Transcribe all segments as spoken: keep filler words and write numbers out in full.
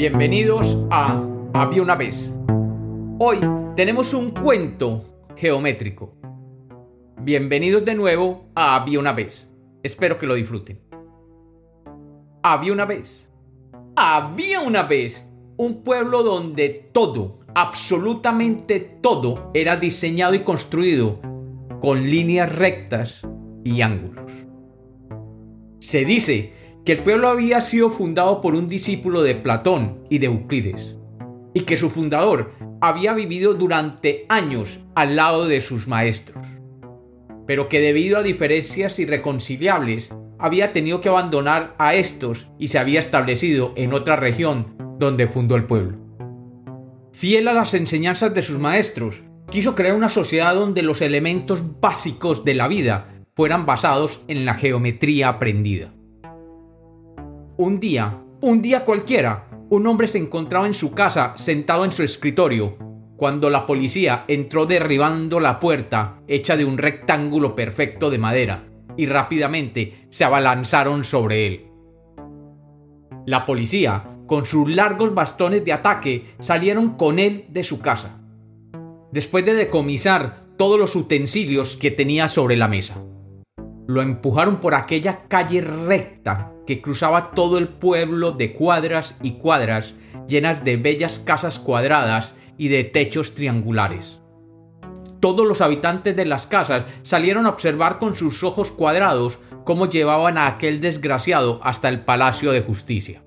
Bienvenidos a Había una vez. Hoy tenemos un cuento geométrico. Bienvenidos de nuevo a Había una vez. Espero que lo disfruten. Había una vez. Había una vez un pueblo donde todo, absolutamente todo, era diseñado y construido con líneas rectas y ángulos. Se dice que el pueblo había sido fundado por un discípulo de Platón y de Euclides, y que su fundador había vivido durante años al lado de sus maestros, pero que debido a diferencias irreconciliables había tenido que abandonar a estos y se había establecido en otra región donde fundó el pueblo. Fiel a las enseñanzas de sus maestros, quiso crear una sociedad donde los elementos básicos de la vida fueran basados en la geometría aprendida. Un día, un día cualquiera, un hombre se encontraba en su casa sentado en su escritorio, cuando la policía entró derribando la puerta hecha de un rectángulo perfecto de madera y rápidamente se abalanzaron sobre él. La policía, con sus largos bastones de ataque, salieron con él de su casa, después de decomisar todos los utensilios que tenía sobre la mesa. Lo empujaron por aquella calle recta que cruzaba todo el pueblo de cuadras y cuadras llenas de bellas casas cuadradas y de techos triangulares. Todos los habitantes de las casas salieron a observar con sus ojos cuadrados cómo llevaban a aquel desgraciado hasta el Palacio de Justicia.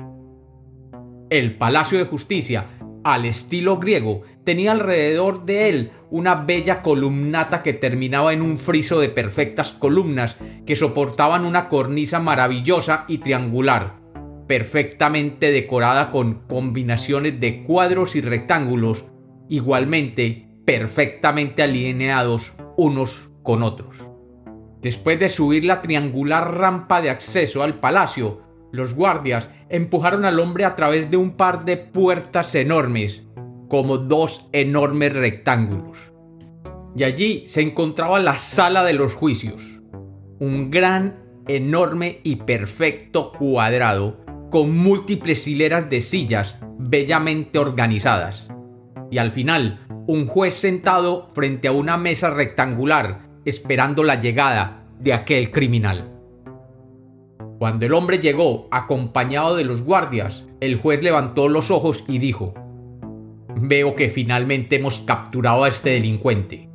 El Palacio de Justicia, al estilo griego, tenía alrededor de él una bella columnata que terminaba en un friso de perfectas columnas que soportaban una cornisa maravillosa y triangular, perfectamente decorada con combinaciones de cuadros y rectángulos, igualmente perfectamente alineados unos con otros. Después de subir la triangular rampa de acceso al palacio, los guardias empujaron al hombre a través de un par de puertas enormes, como dos enormes rectángulos. Y allí se encontraba la sala de los juicios, un gran, enorme y perfecto cuadrado con múltiples hileras de sillas bellamente organizadas. Y al final, un juez sentado frente a una mesa rectangular esperando la llegada de aquel criminal. Cuando el hombre llegó acompañado de los guardias, el juez levantó los ojos y dijo: «Veo que finalmente hemos capturado a este delincuente».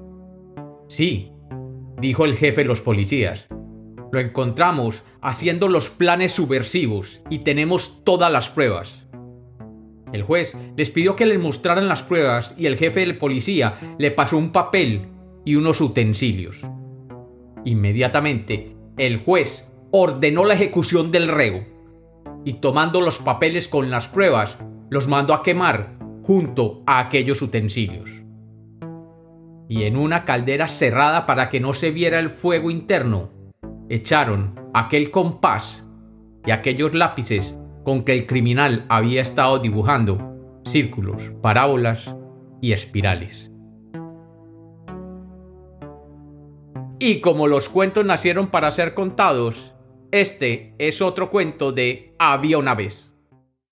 «Sí», dijo el jefe de los policías. «Lo encontramos haciendo los planes subversivos y tenemos todas las pruebas». El juez les pidió que les mostraran las pruebas y el jefe del policía le pasó un papel y unos utensilios. Inmediatamente, el juez ordenó la ejecución del reo y, tomando los papeles con las pruebas, los mandó a quemar junto a aquellos utensilios. Y en una caldera cerrada para que no se viera el fuego interno, echaron aquel compás y aquellos lápices con que el criminal había estado dibujando círculos, parábolas y espirales. Y como los cuentos nacieron para ser contados, este es otro cuento de Había una vez.